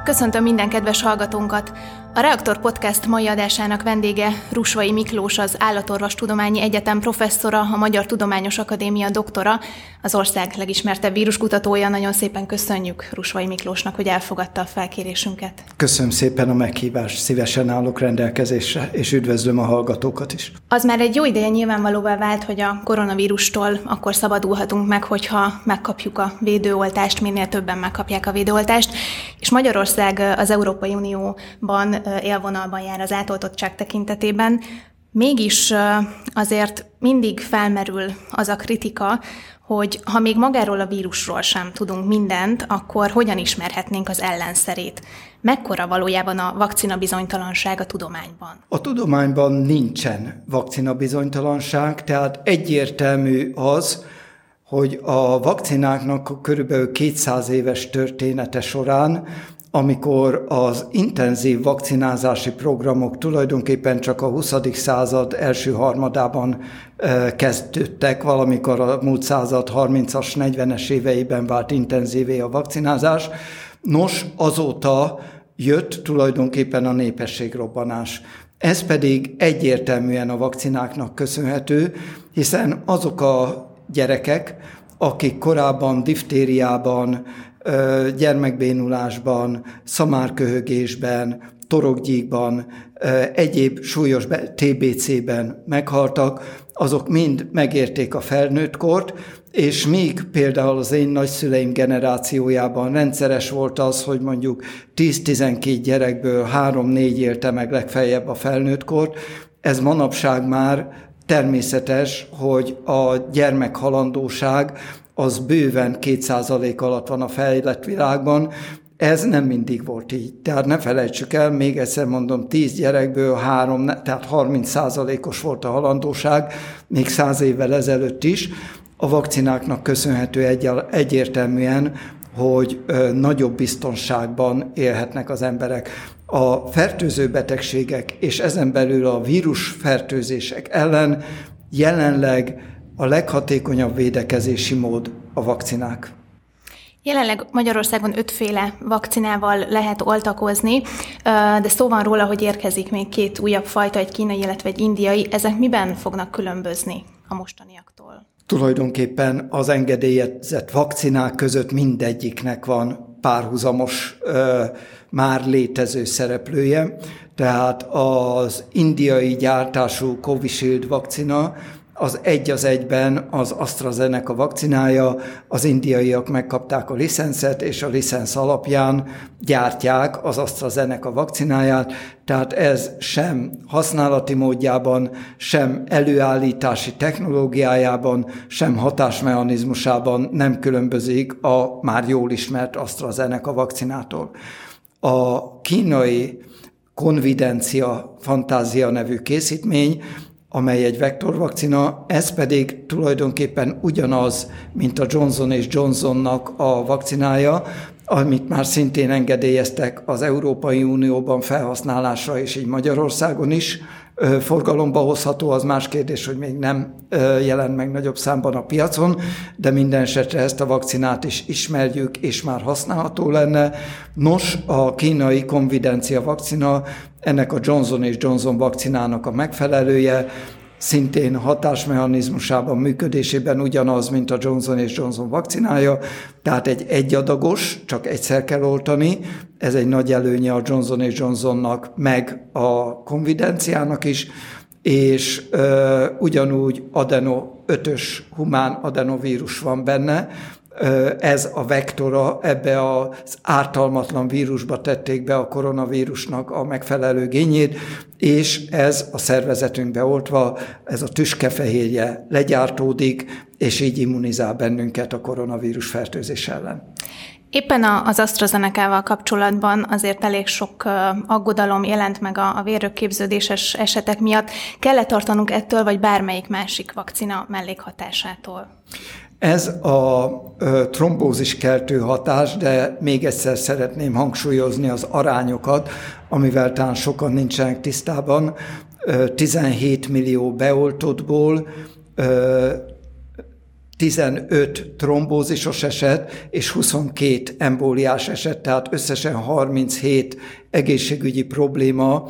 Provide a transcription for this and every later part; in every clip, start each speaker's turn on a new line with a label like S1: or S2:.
S1: Köszöntöm minden kedves hallgatónkat! A Reaktor Podcast mai adásának vendége Rusvai Miklós, az Állatorvostudományi Egyetem professzora, a Magyar Tudományos Akadémia doktora, az ország legismertebb víruskutatója. Nagyon szépen köszönjük Rusvai Miklósnak, hogy elfogadta a felkérésünket.
S2: Köszönöm szépen a meghívást, szívesen állok rendelkezésre, és üdvözlöm a hallgatókat is.
S1: Az már egy jó ideje nyilvánvalóvá vált, hogy a koronavírustól akkor szabadulhatunk meg, hogyha megkapjuk a védőoltást, minél többen megkapják a védőoltást, és Magyarország az Európai Unióban élvonalban jár az átoltottság tekintetében. Mégis azért mindig felmerül az a kritika, hogy ha még magáról a vírusról sem tudunk mindent, akkor hogyan ismerhetnénk az ellenszerét? Mekkora valójában a vakcinabizonytalanság a tudományban?
S2: A tudományban nincsen vakcinabizonytalanság, tehát egyértelmű az, hogy a vakcináknak körülbelül 200 éves története során, amikor az intenzív vakcinázási programok tulajdonképpen csak a 20. század első harmadában kezdődtek, valamikor a múlt század 30-as, 40-es éveiben vált intenzívé a vakcinázás. Nos, azóta jött tulajdonképpen a népességrobbanás. Ez pedig egyértelműen a vakcináknak köszönhető, hiszen azok a gyerekek, akik korábban diftériában, gyermekbénulásban, szamárköhögésben, torokgyíkban, egyéb súlyos TBC-ben meghaltak, azok mind megérték a felnőttkort, és míg például az én nagyszüleim generációjában rendszeres volt az, hogy mondjuk 10-12 gyerekből 3-4 élte meg legfeljebb a felnőttkort, ez manapság már természetes, hogy a gyermekhalandóság az bőven 2% alatt van a fejlett világban. Ez nem mindig volt így. Tehát ne felejtsük el, még egyszer mondom, 10 gyerekből 3, tehát 30%-os volt a halandóság, még 100 évvel ezelőtt is. A vakcináknak köszönhető egyértelműen, hogy nagyobb biztonságban élhetnek az emberek. A fertőző betegségek és ezen belül a vírusfertőzések ellen jelenleg a leghatékonyabb védekezési mód a vakcinák.
S1: Jelenleg Magyarországon 5 féle vakcinával lehet oltakozni, de szó van róla, hogy érkezik még 2 újabb fajta, egy kínai, illetve egy indiai. Ezek miben fognak különbözni a mostaniaktól?
S2: Tulajdonképpen az engedélyezett vakcinák között mindegyiknek van párhuzamos, már létező szereplője. Tehát az indiai gyártású Covishield vakcina az egy az egyben az AstraZeneca vakcinája, az indiaiak megkapták a licenszet, és a licensz alapján gyártják az AstraZeneca vakcináját, tehát ez sem használati módjában, sem előállítási technológiájában, sem hatásmechanizmusában nem különbözik a már jól ismert AstraZeneca vakcinától. A kínai Convidencia Fantasia nevű készítmény, amely egy vektorvakcina, ez pedig tulajdonképpen ugyanaz, mint a Johnson & Johnsonnak a vakcinája, amit már szintén engedélyeztek az Európai Unióban felhasználásra, és így Magyarországon is forgalomba hozható. Az más kérdés, hogy még nem jelent meg nagyobb számban a piacon, de minden esetre ezt a vakcinát is ismerjük, és már használható lenne. Nos, a kínai Convidencia vakcina ennek a Johnson & Johnson vakcinának a megfelelője, szintén hatásmechanizmusában, működésében ugyanaz, mint a Johnson & Johnson vakcinája, tehát egy egyadagos, csak egyszer kell oltani, ez egy nagy előnye a Johnson & Johnsonnak, meg a Convidenciának is, és ugyanúgy 5-ös humán adenovírus van benne, ez a vektora, ebbe az ártalmatlan vírusba tették be a koronavírusnak a megfelelő génjét, és ez a szervezetünkbe oltva, ez a tüskefehérje legyártódik, és így immunizál bennünket a koronavírus fertőzés ellen.
S1: Éppen az AstraZeneca-val kapcsolatban azért elég sok aggodalom jelent meg a vérrögképződéses esetek miatt. Kell-e tartanunk ettől, vagy bármelyik másik vakcina mellékhatásától?
S2: Ez a trombózis keltő hatás, de még egyszer szeretném hangsúlyozni az arányokat, amivel talán sokan nincsenek tisztában. 17 millió beoltottból 15 trombózisos eset és 22 embóliás eset, tehát összesen 37 egészségügyi probléma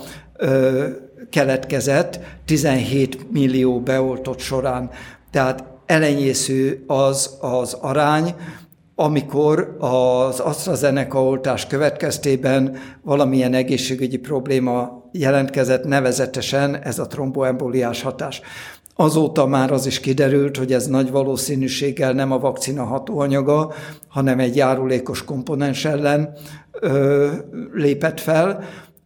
S2: keletkezett 17 millió beoltott során. Tehát elenyésző az arány, amikor az AstraZeneca oltás következtében valamilyen egészségügyi probléma jelentkezett, nevezetesen ez a tromboembóliás hatás. Azóta már az is kiderült, hogy ez nagy valószínűséggel nem a vakcina hatóanyaga, hanem egy járulékos komponens ellen lépett fel.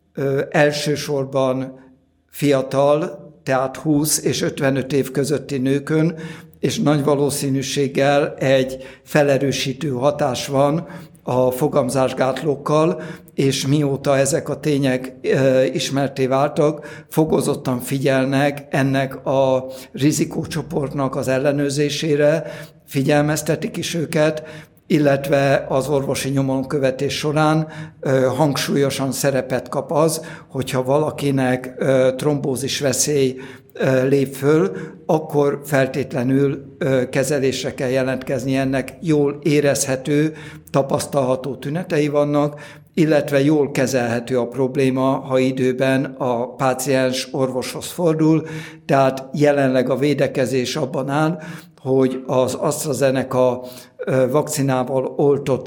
S2: Elsősorban fiatal, tehát 20 és 55 év közötti nőkön, és nagy valószínűséggel egy felerősítő hatás van a fogamzásgátlókkal, és mióta ezek a tények ismertté váltak, fokozottan figyelnek ennek a rizikócsoportnak az ellenőrzésére, figyelmeztetik is őket, illetve az orvosi nyomonkövetés során hangsúlyosan szerepet kap az, hogyha valakinek trombózis veszély lép föl, akkor feltétlenül kezelésre kell jelentkezni. Ennek jól érezhető, tapasztalható tünetei vannak, illetve jól kezelhető a probléma, ha időben a páciens orvoshoz fordul, tehát jelenleg a védekezés abban áll, hogy az AstraZeneca vakcinával oltott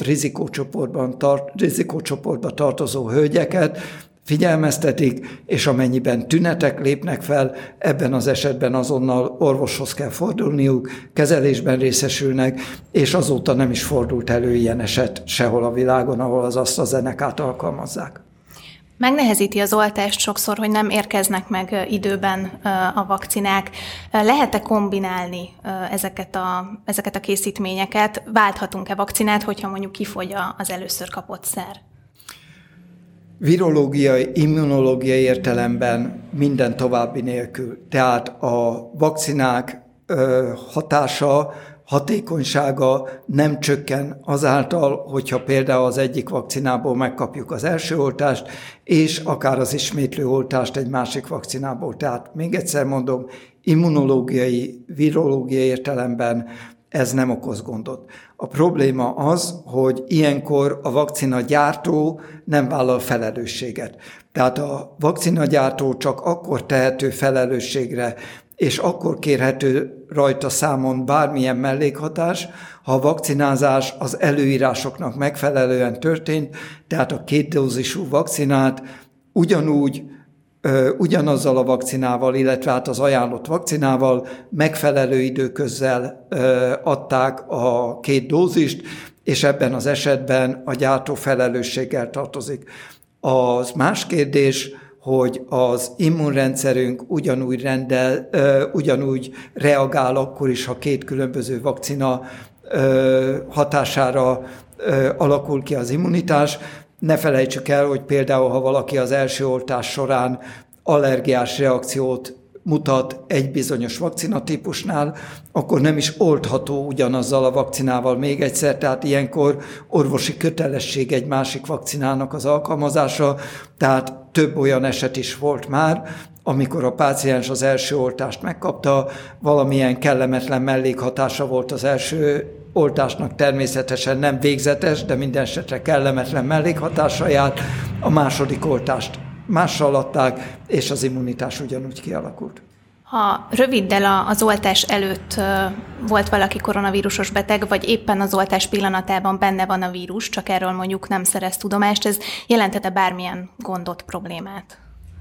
S2: rizikócsoportba tartozó hölgyeket figyelmeztetik, és amennyiben tünetek lépnek fel, ebben az esetben azonnal orvoshoz kell fordulniuk, kezelésben részesülnek, és azóta nem is fordult elő ilyen eset sehol a világon, ahol az AstraZenecát alkalmazzák.
S1: Megnehezíti az oltást sokszor, hogy nem érkeznek meg időben a vakcinák. Lehet-e kombinálni ezeket a készítményeket? Válthatunk-e vakcinát, hogyha mondjuk kifogy az először kapott szer?
S2: Virológiai, immunológiai értelemben minden további nélkül. Tehát a vakcinák hatása, hatékonysága nem csökken azáltal, hogyha például az egyik vakcinából megkapjuk az első oltást, és akár az ismétlő oltást egy másik vakcinából. Tehát még egyszer mondom, immunológiai, virológiai értelemben ez nem okoz gondot. A probléma az, hogy ilyenkor a vakcinagyártó nem vállal felelősséget. Tehát a vakcinagyártó csak akkor tehető felelősségre, és akkor kérhető rajta számon bármilyen mellékhatás, ha a vakcinázás az előírásoknak megfelelően történt, tehát a 2 dózisú vakcinát ugyanazzal a vakcinával, illetve hát az ajánlott vakcinával megfelelő időközzel adták a 2 dózist, és ebben az esetben a gyártó felelősséggel tartozik. Az más kérdés, hogy az immunrendszerünk ugyanúgy reagál akkor is, ha 2 különböző vakcina hatására alakul ki az immunitás. Ne felejtsük el, hogy például, ha valaki az első oltás során allergiás reakciót mutat egy bizonyos vakcinatípusnál, akkor nem is oldható ugyanazzal a vakcinával még egyszer, tehát ilyenkor orvosi kötelesség egy másik vakcinának az alkalmazása, tehát több olyan eset is volt már, amikor a páciens az első oltást megkapta, valamilyen kellemetlen mellékhatása volt az első oltásnak, természetesen nem végzetes, de minden esetre kellemetlen mellékhatása járt, a második oltást mással adták, és az immunitás ugyanúgy kialakult.
S1: Ha röviddel az oltás előtt volt valaki koronavírusos beteg, vagy éppen az oltás pillanatában benne van a vírus, csak erről mondjuk nem szerez tudomást, ez jelenthet-e bármilyen gondot, problémát?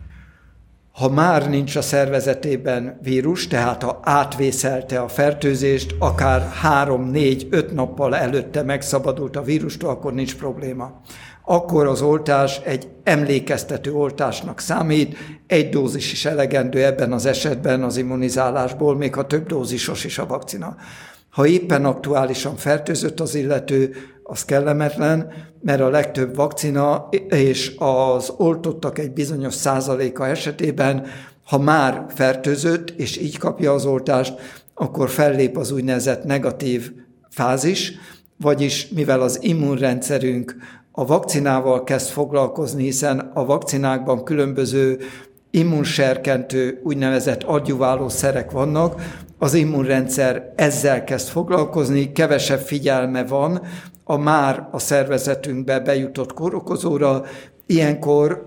S2: Ha már nincs a szervezetében vírus, tehát ha átvészelte a fertőzést, akár 3-4-5 nappal előtte megszabadult a vírustól, akkor nincs probléma. Akkor az oltás egy emlékeztető oltásnak számít, 1 dózis is elegendő ebben az esetben az immunizálásból, még ha több dózisos is a vakcina. Ha éppen aktuálisan fertőzött az illető, az kellemetlen, mert a legtöbb vakcina és az oltottak egy bizonyos százaléka esetében, ha már fertőzött és így kapja az oltást, akkor fellép az úgynevezett negatív fázis, vagyis mivel az immunrendszerünk a vakcinával kezd foglalkozni, hiszen a vakcinákban különböző immunserkentő, úgynevezett adjuváló szerek vannak, az immunrendszer ezzel kezd foglalkozni, kevesebb figyelme van már a szervezetünkbe bejutott kórokozóra, ilyenkor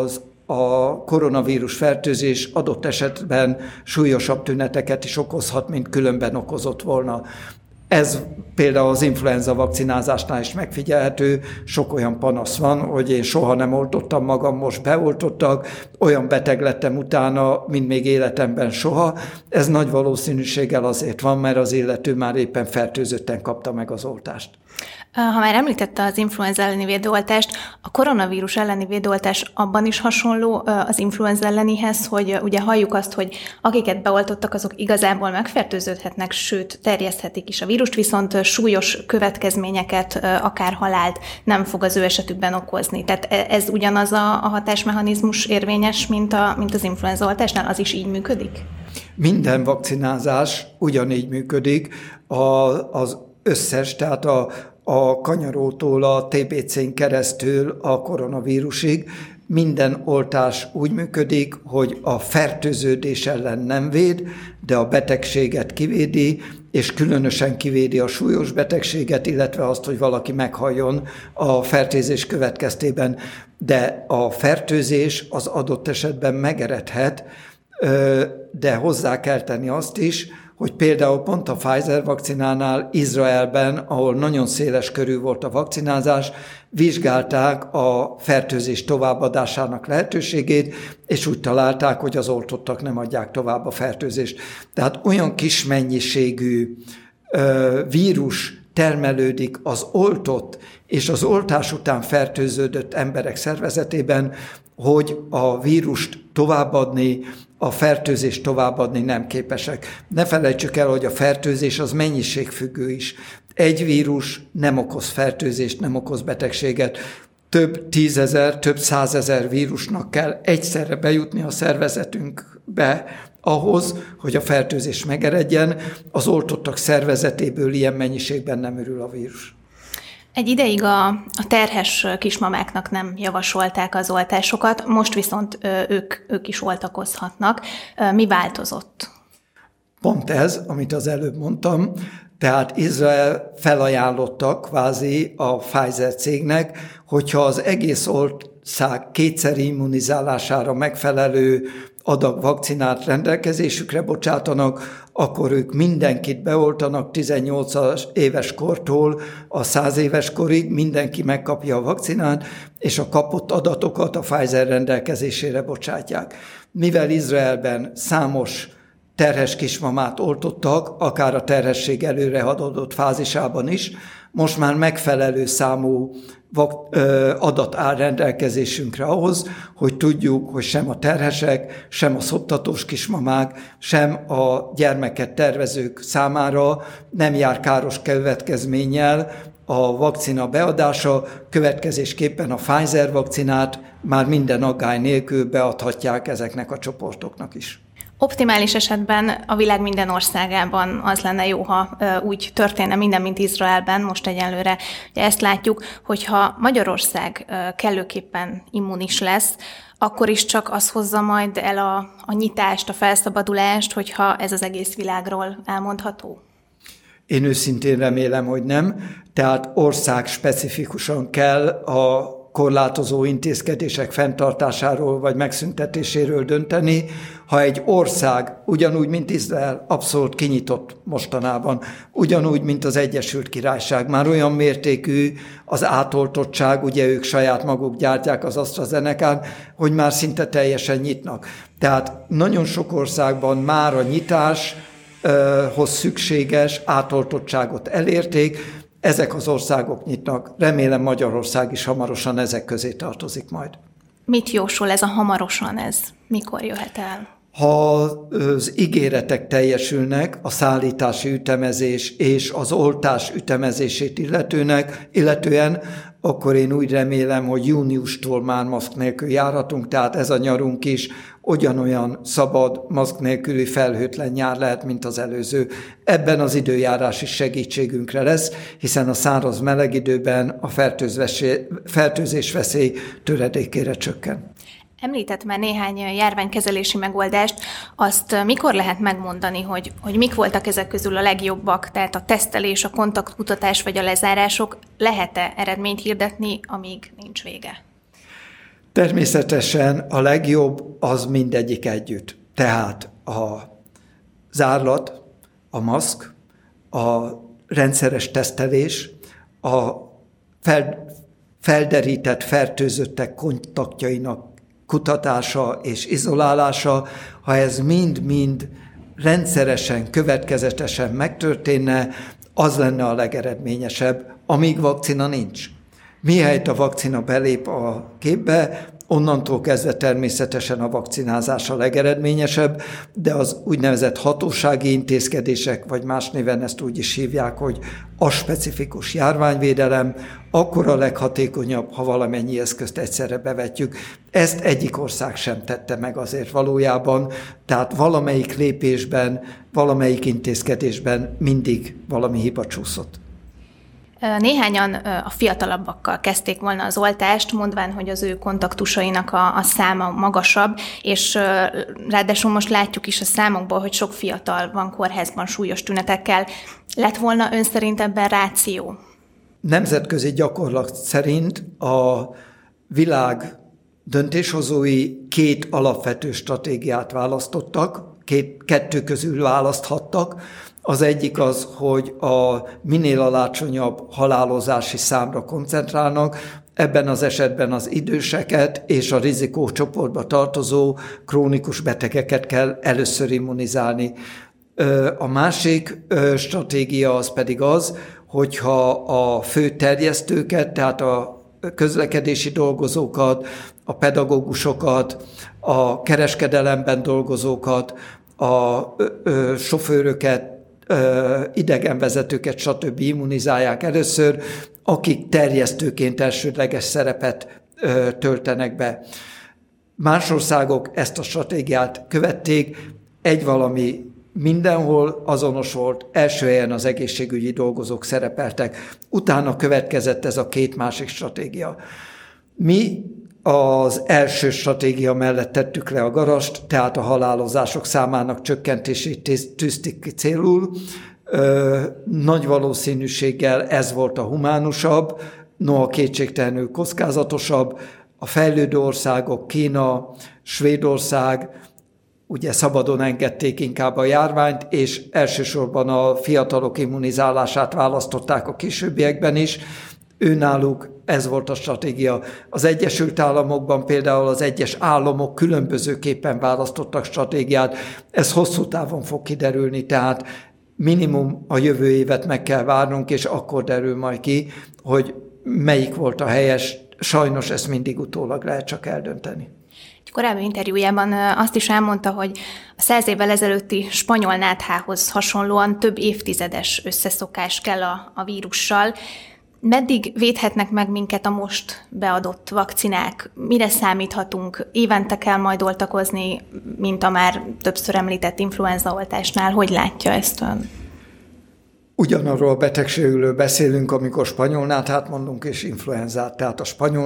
S2: a koronavírus fertőzés adott esetben súlyosabb tüneteket is okozhat, mint különben okozott volna. Ez például az influenza vakcinázásnál is megfigyelhető, sok olyan panasz van, hogy én soha nem oltottam magam, most beoltottak, olyan beteg lettem utána, mint még életemben soha. Ez nagy valószínűséggel azért van, mert az illető már éppen fertőzötten kapta meg az oltást.
S1: Ha már említette az influenza elleni védőoltást, a koronavírus elleni védőoltás abban is hasonló az influenza ellenihez, hogy ugye halljuk azt, hogy akiket beoltottak, azok igazából megfertőződhetnek, sőt terjeszthetik is a vírust, viszont súlyos következményeket, akár halált nem fog az ő esetükben okozni. Tehát ez ugyanaz a hatásmechanizmus érvényes, mint az influenza oltásnál, az is így működik?
S2: Minden vakcinázás ugyanígy működik, az összes, tehát a kanyarótól a TBC-n keresztül a koronavírusig minden oltás úgy működik, hogy a fertőződés ellen nem véd, de a betegséget kivédi, és különösen kivédi a súlyos betegséget, illetve azt, hogy valaki meghalljon a fertőzés következtében. De a fertőzés az adott esetben megeredhet, de hozzá kell tenni azt is, hogy például pont a Pfizer vakcinánál Izraelben, ahol nagyon széles körű volt a vakcinázás, vizsgálták a fertőzés továbbadásának lehetőségét, és úgy találták, hogy az oltottak nem adják tovább a fertőzést. Tehát olyan kis mennyiségű vírus termelődik az oltott és az oltás után fertőződött emberek szervezetében, hogy a vírust továbbadni, a fertőzést továbbadni nem képesek. Ne felejtsük el, hogy a fertőzés az mennyiségfüggő is. Egy vírus nem okoz fertőzést, nem okoz betegséget. Több 10 000, több 100 000 vírusnak kell egyszerre bejutni a szervezetünkbe ahhoz, hogy a fertőzés megeredjen. Az oltottak szervezetéből ilyen mennyiségben nem örül a vírus.
S1: Egy ideig a terhes kismamáknak nem javasolták az oltásokat, most viszont ők is oltakozhatnak. Mi változott?
S2: Pont ez, amit az előbb mondtam, tehát Izrael felajánlotta kvázi a Pfizer cégnek, hogyha az egész ország kétszeri immunizálására megfelelő adag vakcinát rendelkezésükre bocsátanak, akkor ők mindenkit beoltanak 18 éves kortól a 100 éves korig, mindenki megkapja a vakcinát, és a kapott adatokat a Pfizer rendelkezésére bocsátják. Mivel Izraelben számos terhes kismamát oltottak, akár a terhesség előre haladott fázisában is, most már megfelelő számú adat áll rendelkezésünkre ahhoz, hogy tudjuk, hogy sem a terhesek, sem a szoptatós kismamák, sem a gyermeket tervezők számára nem jár káros következménnyel a vakcina beadása, következésképpen a Pfizer vakcinát már minden aggály nélkül beadhatják ezeknek a csoportoknak is.
S1: Optimális esetben a világ minden országában az lenne jó, ha úgy történne minden, mint Izraelben, most egyelőre ezt látjuk, hogyha Magyarország kellőképpen immunis lesz, akkor is csak az hozza majd el a nyitást, a felszabadulást, hogyha ez az egész világról elmondható?
S2: Én őszintén remélem, hogy nem. Tehát ország specifikusan kell a korlátozó intézkedések fenntartásáról vagy megszüntetéséről dönteni. Ha egy ország ugyanúgy, mint Izrael, abszolút kinyitott mostanában, ugyanúgy, mint az Egyesült Királyság, már olyan mértékű az átoltottság, ugye ők saját maguk gyártják az AstraZenecát, hogy már szinte teljesen nyitnak. Tehát nagyon sok országban már a nyitáshoz szükséges átoltottságot elérték, ezek az országok nyitnak, remélem Magyarország is hamarosan ezek közé tartozik majd.
S1: Mit jósol ez a hamarosan, ez mikor jöhet el?
S2: Ha az ígéretek teljesülnek, a szállítási ütemezés és az oltás ütemezését illetően, akkor én úgy remélem, hogy júniustól már maszk nélkül járhatunk, tehát ez a nyarunk is ugyanolyan szabad, maszk nélküli felhőtlen nyár lehet, mint az előző. Ebben az időjárás is segítségünkre lesz, hiszen a száraz meleg időben a fertőzés veszély töredékére csökken.
S1: Említett már néhány járványkezelési megoldást, azt mikor lehet megmondani, hogy mik voltak ezek közül a legjobbak, tehát a tesztelés, a kontaktkutatás vagy a lezárások, lehet-e eredményt hirdetni, amíg nincs vége?
S2: Természetesen a legjobb az mindegyik együtt. Tehát a zárlat, a maszk, a rendszeres tesztelés, a felderített fertőzöttek kontaktjainak kutatása és izolálása, ha ez mind-mind rendszeresen, következetesen megtörténne, az lenne a legeredményesebb, amíg vakcina nincs. Mihelyt a vakcina belép a képbe, onnantól kezdve természetesen a vakcinázás a legeredményesebb, de az úgynevezett hatósági intézkedések, vagy más néven ezt úgy is hívják, hogy aspecifikus járványvédelem, akkor a leghatékonyabb, ha valamennyi eszközt egyszerre bevetjük. Ezt egyik ország sem tette meg azért valójában, tehát valamelyik lépésben, valamelyik intézkedésben mindig valami hiba csúszott.
S1: Néhányan a fiatalabbakkal kezdték volna az oltást, mondván, hogy az ő kontaktusainak a száma magasabb, és ráadásul most látjuk is a számokból, hogy sok fiatal van kórházban súlyos tünetekkel. Lett volna ön szerint ebben ráció? Nemzetközi
S2: gyakorlat szerint a világ döntéshozói két alapvető stratégiát választottak, kettő közül választhattak. Az egyik az, hogy a minél alacsonyabb halálozási számra koncentrálnak, ebben az esetben az időseket és a rizikócsoportba tartozó krónikus betegeket kell először immunizálni. A másik stratégia az pedig az, hogyha a fő terjesztőket, tehát a közlekedési dolgozókat, a pedagógusokat, a kereskedelemben dolgozókat, a sofőröket, idegenvezetőket, stb. Immunizálják először, akik terjesztőként elsődleges szerepet töltenek be. Más országok ezt a stratégiát követték, egy valami mindenhol azonos volt, első helyen az egészségügyi dolgozók szerepeltek, utána következett ez a két másik stratégia. Mi az első stratégia mellett tettük le a garast, tehát a halálozások számának csökkentését tűztük ki célul. Nagy valószínűséggel ez volt a humánusabb, noha kétségtelenül kockázatosabb. A fejlődő országok, Kína, Svédország, ugye szabadon engedték inkább a járványt, és elsősorban a fiatalok immunizálását választották a későbbiekben is. Őnáluk ez volt a stratégia. Az Egyesült Államokban például az egyes államok különbözőképpen választottak stratégiát. Ez hosszú távon fog kiderülni, tehát minimum a jövő évet meg kell várnunk, és akkor derül majd ki, hogy melyik volt a helyes. Sajnos ezt mindig utólag lehet csak eldönteni.
S1: Egy korábbi interjújában azt is elmondta, hogy a 100 évvel ezelőtti spanyol náthához hasonlóan több évtizedes összeszokás kell a vírussal. Meddig védhetnek meg minket a most beadott vakcinák? Mire számíthatunk? Évente kell majd oltakozni, mint a már többször említett influenzaoltásnál. Hogy látja ezt ön?
S2: Ugyanarról a betegségről beszélünk, amikor spanyolnáthát mondunk, és influenzát. Tehát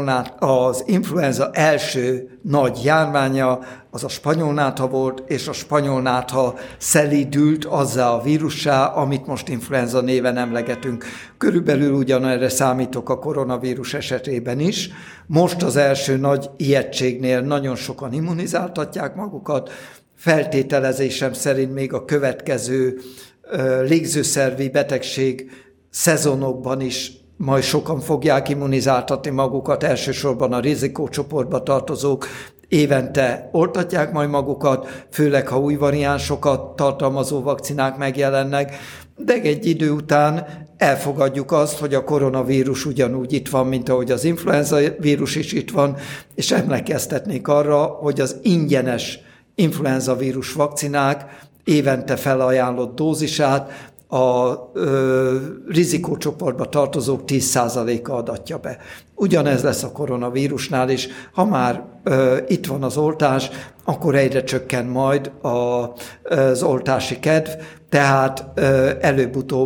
S2: az influenza első nagy járványa az a spanyolnátha volt, és a spanyolnátha szelídült azzá a vírussá, amit most influenza néven emlegetünk. Körülbelül ugyanerre számítok a koronavírus esetében is. Most az első nagy ijegységnél nagyon sokan immunizáltatják magukat. Feltételezésem szerint még a következő légzőszervi betegség szezonokban is majd sokan fogják immunizáltatni magukat, elsősorban a rizikócsoportba tartozók évente oltatják majd magukat, főleg ha új variánsokat tartalmazó vakcinák megjelennek, de egy idő után elfogadjuk azt, hogy a koronavírus ugyanúgy itt van, mint ahogy az influenza vírus is itt van, és emlékeztetnék arra, hogy az ingyenes influenza vírus vakcinák évente felajánlott dózisát a rizikócsoportba tartozók 10%-a adatja be. Ugyanez lesz a koronavírusnál is. Ha már itt van az oltás, akkor egyre csökken majd az oltási kedv, tehát előbb-utóbb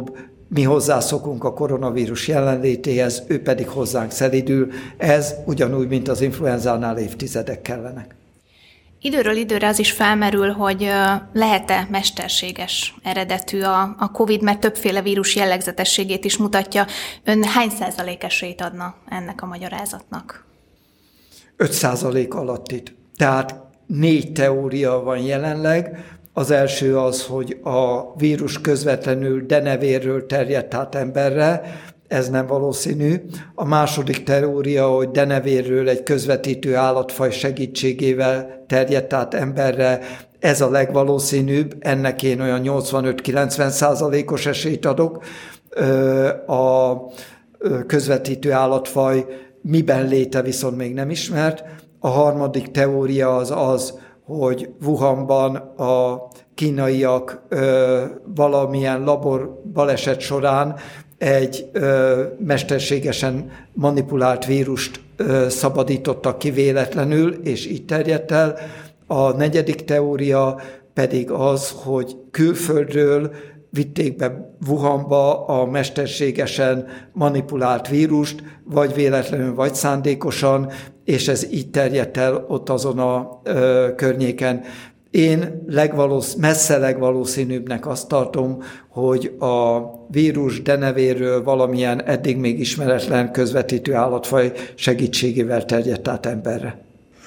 S2: mi hozzászokunk a koronavírus jelenlétéhez, ő pedig hozzánk szelídül. Ez ugyanúgy, mint az influenzánál évtizedek kellenek.
S1: Időről időre az is felmerül, hogy lehet-e mesterséges eredetű a COVID, mert többféle vírus jellegzetességét is mutatja. Ön hány százalék esélyt adna ennek a magyarázatnak?
S2: 5% alattit. Tehát 4 teória van jelenleg. Az első az, hogy a vírus közvetlenül denevérről terjedt át emberre, ez nem valószínű. A második teória, hogy denevérről egy közvetítő állatfaj segítségével terjedt át emberre, ez a legvalószínűbb, ennek én olyan 85-90%-os esélyt adok. A közvetítő állatfaj miben léte viszont még nem ismert. A harmadik teória az, hogy Wuhanban a kínaiak valamilyen labor baleset során egy mesterségesen manipulált vírust szabadítottak ki véletlenül, és így terjedt el. A negyedik teória pedig az, hogy külföldről vitték be Wuhanba a mesterségesen manipulált vírust, vagy véletlenül, vagy szándékosan, és ez így terjedt el ott azon a környéken. Én messze legvalószínűbbnek azt tartom, hogy a vírus denevérről valamilyen eddig még ismeretlen közvetítő állatfaj segítségével terjedt át emberre.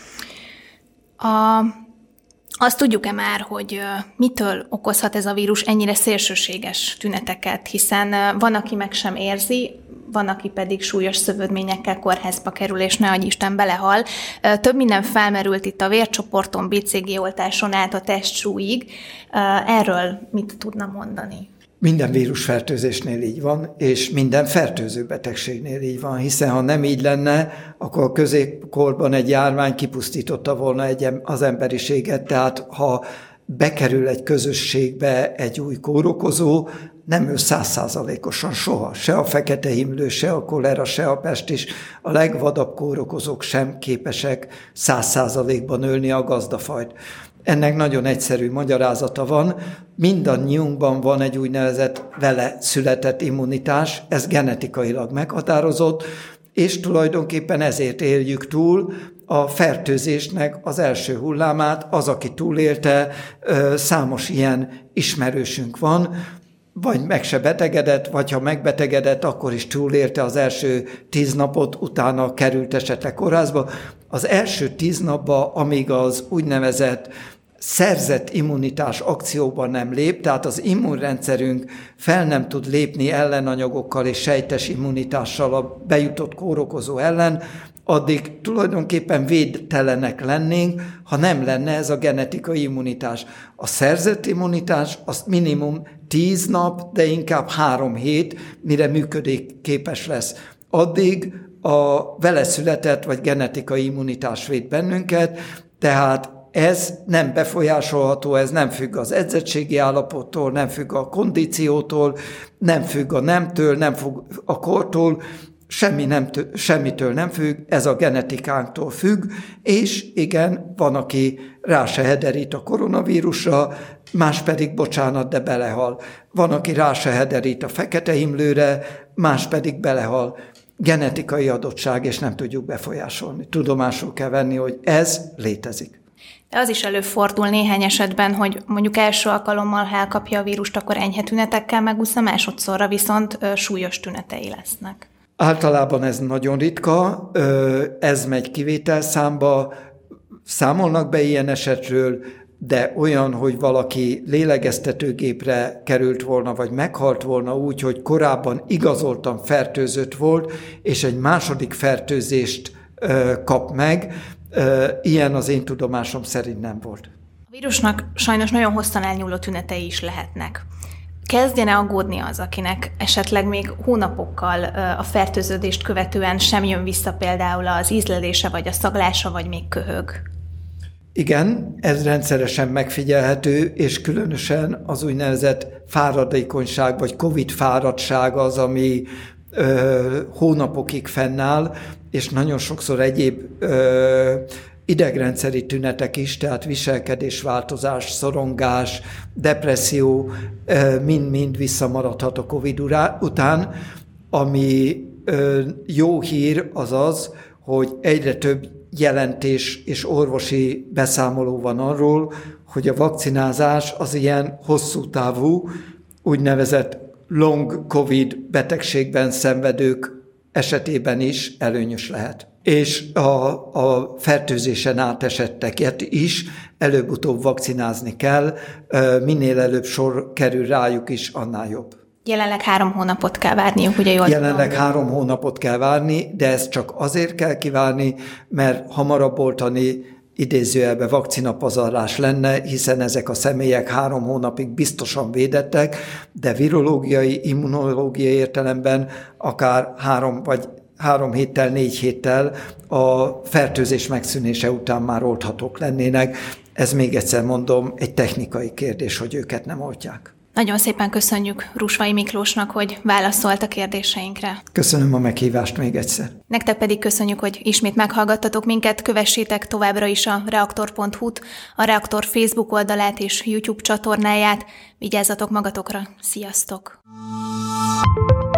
S1: Azt tudjuk-e már, hogy mitől okozhat ez a vírus ennyire szélsőséges tüneteket, hiszen van, aki meg sem érzi, van, aki pedig súlyos szövődményekkel kórházba kerül, és ne adj Isten belehal. Több minden felmerült itt a vércsoporton, BCG-oltáson át a testsúlyig. Erről mit tudna mondani?
S2: Minden vírusfertőzésnél így van, és minden fertőző betegségnél így van, hiszen ha nem így lenne, akkor a középkorban egy járvány kipusztította volna az emberiséget, tehát ha bekerül egy közösségbe egy új kórokozó, nem ő 100%-osan soha, se a fekete himlő, se a kolera, se a pestis, a legvadabb kórokozók sem képesek 100%-ban ölni a gazdafajt. Ennek nagyon egyszerű magyarázata van. Mindannyiunkban van egy úgynevezett vele született immunitás, ez genetikailag meghatározott, és tulajdonképpen ezért éljük túl a fertőzésnek az első hullámát. Az, aki túlélte, számos ilyen ismerősünk van, vagy meg se betegedett, vagy ha megbetegedett, akkor is túlélte az első 10 napot, utána került esetleg kórházba. Az első 10 napban, amíg az úgynevezett szerzett immunitás akcióban nem lép, tehát az immunrendszerünk fel nem tud lépni ellenanyagokkal és sejtes immunitással a bejutott kórokozó ellen, addig tulajdonképpen védtelenek lennénk, ha nem lenne ez a genetikai immunitás. A szerzett immunitás az minimum 10 nap, de inkább 3 hét, mire működőképes lesz. Addig a vele született vagy genetikai immunitás véd bennünket, tehát ez nem befolyásolható, ez nem függ az edzettségi állapottól, nem függ a kondíciótól, nem függ a nemtől, nem függ a kortól, semmitől nem függ, ez a genetikánktól függ, és igen, van, aki rá se hederít a koronavírusra, más pedig, de belehal. Van, aki rá se hederít a fekete himlőre, más pedig belehal. Genetikai adottság, és nem tudjuk befolyásolni. Tudomásul kell venni, hogy ez létezik.
S1: De az is előfordul néhány esetben, hogy mondjuk első alkalommal, ha elkapja a vírust, akkor enyhe tünetekkel megúszza, másodszorra viszont súlyos tünetei lesznek.
S2: Általában ez nagyon ritka, ez megy kivételszámba, számolnak be ilyen esetről, de olyan, hogy valaki lélegeztetőgépre került volna, vagy meghalt volna úgy, hogy korábban igazoltan fertőzött volt, és egy második fertőzést kap meg, ilyen az én tudomásom szerint nem volt.
S1: A vírusnak sajnos nagyon hosszan elnyúló tünetei is lehetnek. Kezdjene aggódni az, akinek esetleg még hónapokkal a fertőződést követően sem jön vissza például az ízlelése, vagy a szaglása, vagy még köhög?
S2: Igen, ez rendszeresen megfigyelhető, és különösen az úgynevezett fáradékonyság, vagy Covid fáradtság az, ami hónapokig fennáll, és nagyon sokszor egyéb idegrendszeri tünetek is, tehát viselkedésváltozás, szorongás, depresszió mind-mind visszamaradhat a COVID után. Ami jó hír az az, hogy egyre több jelentés és orvosi beszámoló van arról, hogy a vakcinázás az ilyen hosszú távú, úgynevezett long COVID betegségben szenvedők esetében is előnyös lehet. És a fertőzésen átesetteket is előbb-utóbb vakcinázni kell, minél előbb sor kerül rájuk is, annál jobb.
S1: Jelenleg 3 hónapot kell várniuk, ugye jól?
S2: Jelenleg 3 hónapot kell várni, de ezt csak azért kell kivárni, mert hamarabb oltani idézőjelben vakcinapazarlás lenne, hiszen ezek a személyek 3 hónapig biztosan védettek, de virológiai, immunológiai értelemben akár 3 héttel, 4 héttel a fertőzés megszűnése után már olthatók lennének. Ez még egyszer mondom, egy technikai kérdés, hogy őket nem oltják.
S1: Nagyon szépen köszönjük Rusvai Miklósnak, hogy válaszolt a kérdéseinkre.
S2: Köszönöm a meghívást még egyszer.
S1: Nektek pedig köszönjük, hogy ismét meghallgattatok minket, kövessétek továbbra is a reaktor.hu-t, a Reaktor Facebook oldalát és YouTube csatornáját. Vigyázzatok magatokra, sziasztok!